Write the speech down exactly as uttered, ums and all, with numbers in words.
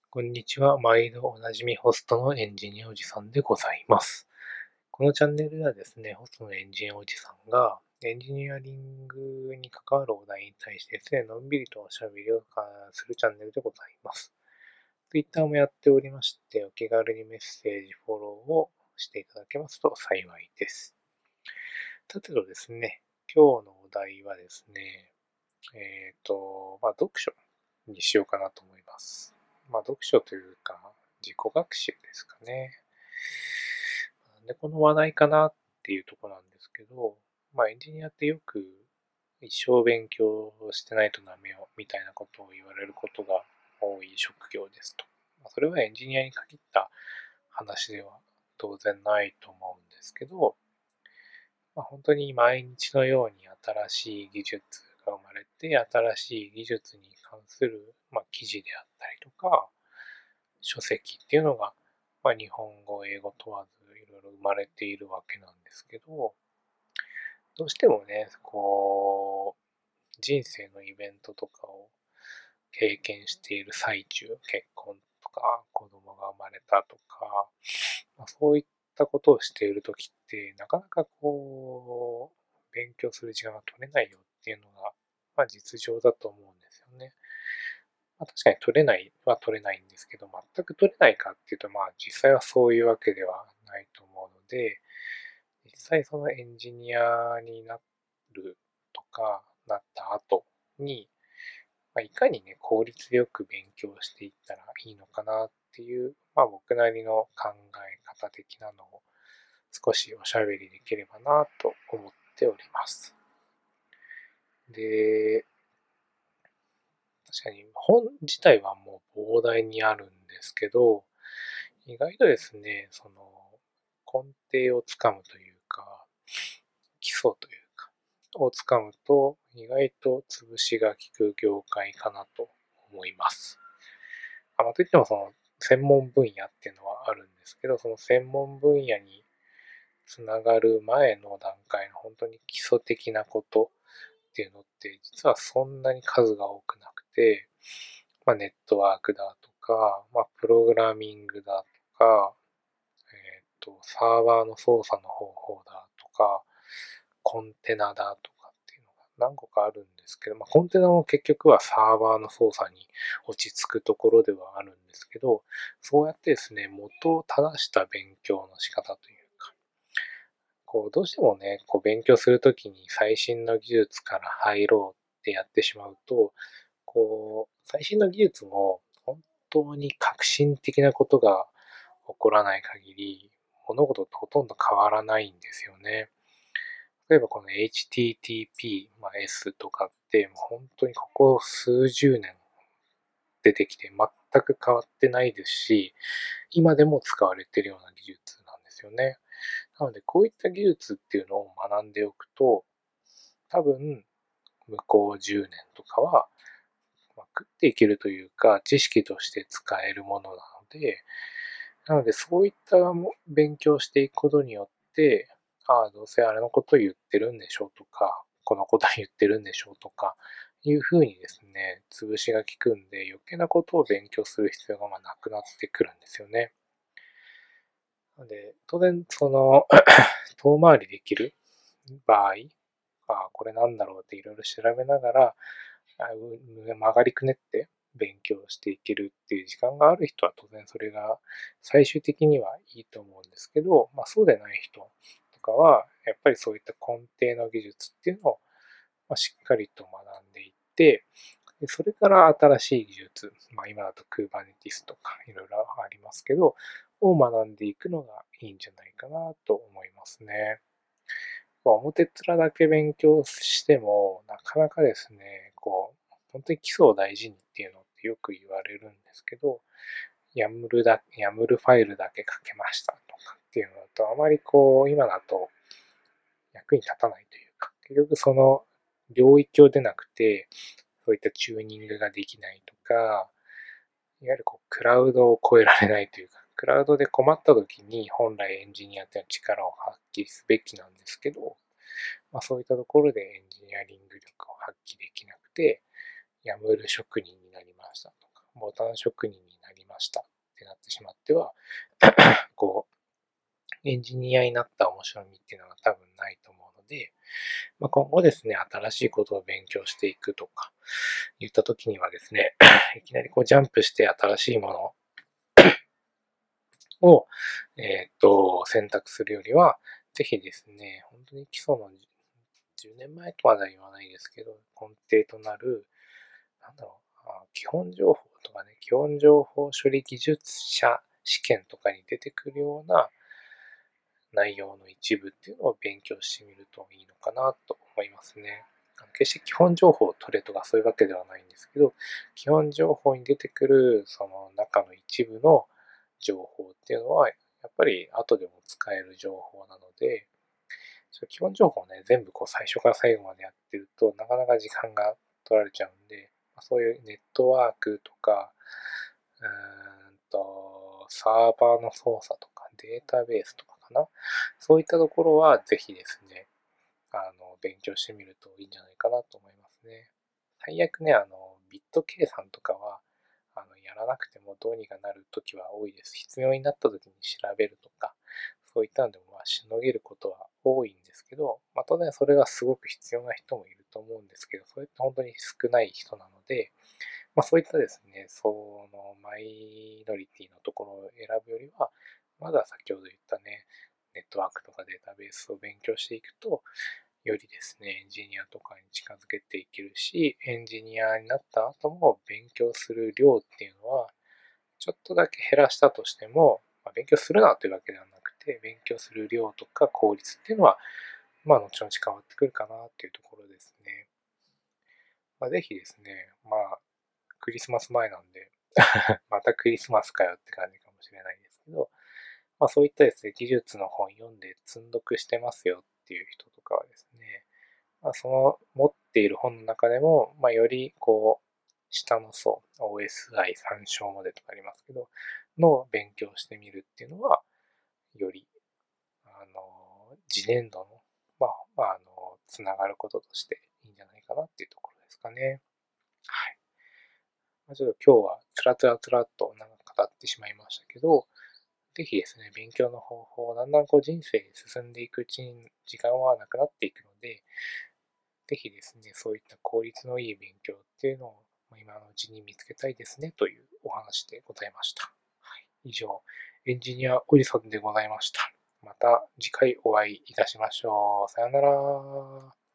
こんにちは。毎度おなじみホストのエンジニアおじさんでございます。このチャンネルではですね、ホストのエンジニアおじさんがエンジニアリングに関わるお題に対してですね、のんびりとおしゃべりをするチャンネルでございます。Twitter もやっておりまして、お気軽にメッセージ、フォローをしていただけますと幸いです。さてとですね、今日のお題はですね、えっ、と、まあ、読書にしようかなと思います。まあ、読書というか、自己学習ですかね。なんでこの話題かなっていうところなんですけど、まあ、エンジニアってよく一生勉強してないとダメよみたいなことを言われることが多い職業ですと。まあ、それはエンジニアに限った話では当然ないと思うんですけど、まあ、本当に毎日のように新しい技術が生まれて、新しい技術に関する、まあ、記事であったりとか、書籍っていうのが、まあ、日本語、英語問わずいろいろ生まれているわけなんですけど、どうしてもね、こう、人生のイベントとかを経験している最中、結婚とか、子供が生まれたとか、まあ、そういったことをしているときって、なかなかこう、勉強する時間が取れないよっていうのが、まあ実情だと思うんですよね。まあ、確かに取れないは取れないんですけど、全く取れないかっていうと、まあ実際はそういうわけではないと思うので、実際そのエンジニアになるとか、なった後に、まあ、いかにね、効率よく勉強していったらいいのかなっていう、まあ僕なりの考え方的なのを少しおしゃべりできればなと思っております。で、確かに本自体はもう膨大にあるんですけど、意外とですね、その根底をつかむというか、基礎というか、をつかむと意外と潰しが効く業界かなと思います。あまあ、といってもその専門分野っていうのはあるんですけど、その専門分野につながる前の段階の本当に基礎的なことっていうのって実はそんなに数が多くなくて、まあ、ネットワークだとか、まあ、プログラミングだとか、えっと、サーバーの操作の方法だとか、コンテナだとかっていうのが何個かあるんですけど、まあ、コンテナも結局はサーバーの操作に落ち着くところではあるんですけど、そうやってですね、元を正した勉強の仕方というか、こう、どうしてもね、こう勉強するときに最新の技術から入ろうってやってしまうと、こう、最新の技術も本当に革新的なことが起こらない限り、物事ってほとんど変わらないんですよね。例えばこの エイチティーティーピー、まあ、S とかって、もう本当にここ数十年出てきて全く変わってないですし、今でも使われているような技術なんですよね。なので、こういった技術っていうのを学んでおくと、多分、向こうじゅうねんとかは、まあ、食っていけるというか、知識として使えるものなので、なので、そういった勉強していくことによって、ああ、どうせあれのこと言ってるんでしょうとか、このこと言ってるんでしょうとか、いうふうにですね、潰しが効くんで、余計なことを勉強する必要がまあなくなってくるんですよね。なので、当然、その遠回りできる場合、あこれなんだろうっていろいろ調べながら、曲がりくねって勉強していけるっていう時間がある人は当然それが最終的にはいいと思うんですけど、まあ、そうでない人とかは、やっぱりそういった根底の技術っていうのをしっかりと学んでいって、それから新しい技術、まあ、今だと Kubernetes とかいろいろありますけど、を学んでいくのがいいんじゃないかなと思いますね。表っ面だけ勉強しても、なかなかですね、こう、本当に基礎を大事にっていうのってよく言われるんですけど、ヤムルだ、ヤムルファイルだけ書けましたとかっていうのだと、あまりこう、今だと役に立たないというか、結局その領域を出なくて、そういったチューニングができないとか、いわゆるこうクラウドを超えられないというか、クラウドで困った時に本来エンジニアっていうのは力を発揮すべきなんですけど、まあ、そういったところでエンジニアリング力を発揮できなくて、やむる職人になりましたとか、 ボタン職人になりましたってなってしまっては、こう、エンジニアになった面白みっていうのは多分ないと思うので、まあ、今後ですね、新しいことを勉強していくとか、言った時にはですね、いきなりこうジャンプして新しいものを、えっと、選択するよりは、ぜひですね、本当に基礎のじゅうねんまえとまでは言わないですけど、根底となる、なんだろう、基本情報とかね、基本情報処理技術者試験とかに出てくるような内容の一部っていうのを勉強してみるといいのかなと思いますね。決して基本情報を取れとかそういうわけではないんですけど、基本情報に出てくるその中の一部の情報っていうのは、やっぱり後でも使える情報なので、基本情報をね、全部こう最初から最後までやってると、なかなか時間が取られちゃうんで、そういうネットワークとか、うーんと、サーバーの操作とか、データベースとかかな。そういったところはぜひですね、あの、勉強してみるといいんじゃないかなと思いますね。最悪ね、あの、ビット計算とかは、あの、やらなくてもどうにかなるときは多いです。必要になったときに調べるとか、そういったのでもまあしのげることは多いんですけど、まあ当然それがすごく必要な人もいると思うんですけど、それって本当に少ない人なので、まあそういったですね、そのマイノリティのところを選ぶよりは、まだ先ほど言ったね、ネットワークとかデータベースを勉強していくと、よりですね、エンジニアとかに近づけていけるし、エンジニアになった後も勉強する量っていうのは、ちょっとだけ減らしたとしても、まあ、勉強するなというわけではなくて、勉強する量とか効率っていうのは、まあ、後々変わってくるかなっていうところですね。まあ、ぜひですね、まあ、クリスマス前なんでまたクリスマスかよって感じかもしれないですけど、まあ、そういったですね、技術の本読んで積んどくしてますよっていう人とかはですね、まあ、その持っている本の中でも、まあ、よりこう、下の層、オーエスアイ 参照までとかありますけど、の勉強してみるっていうのは、より、あの、次年度の、まあ、まあ、あの、つながることとしていいんじゃないかなっていうところですかね。はい。まあ、ちょっと今日はつらつらつらっと長く語ってしまいましたけど、ぜひですね、勉強の方法、だんだんこう人生に進んでいくうちに時間はなくなっていくので、ぜひですね、そういった効率のいい勉強っていうのを今のうちに見つけたいですねというお話でございました。はい、以上、エンジニアおじさんでございました。また次回お会いいたしましょう。さよなら。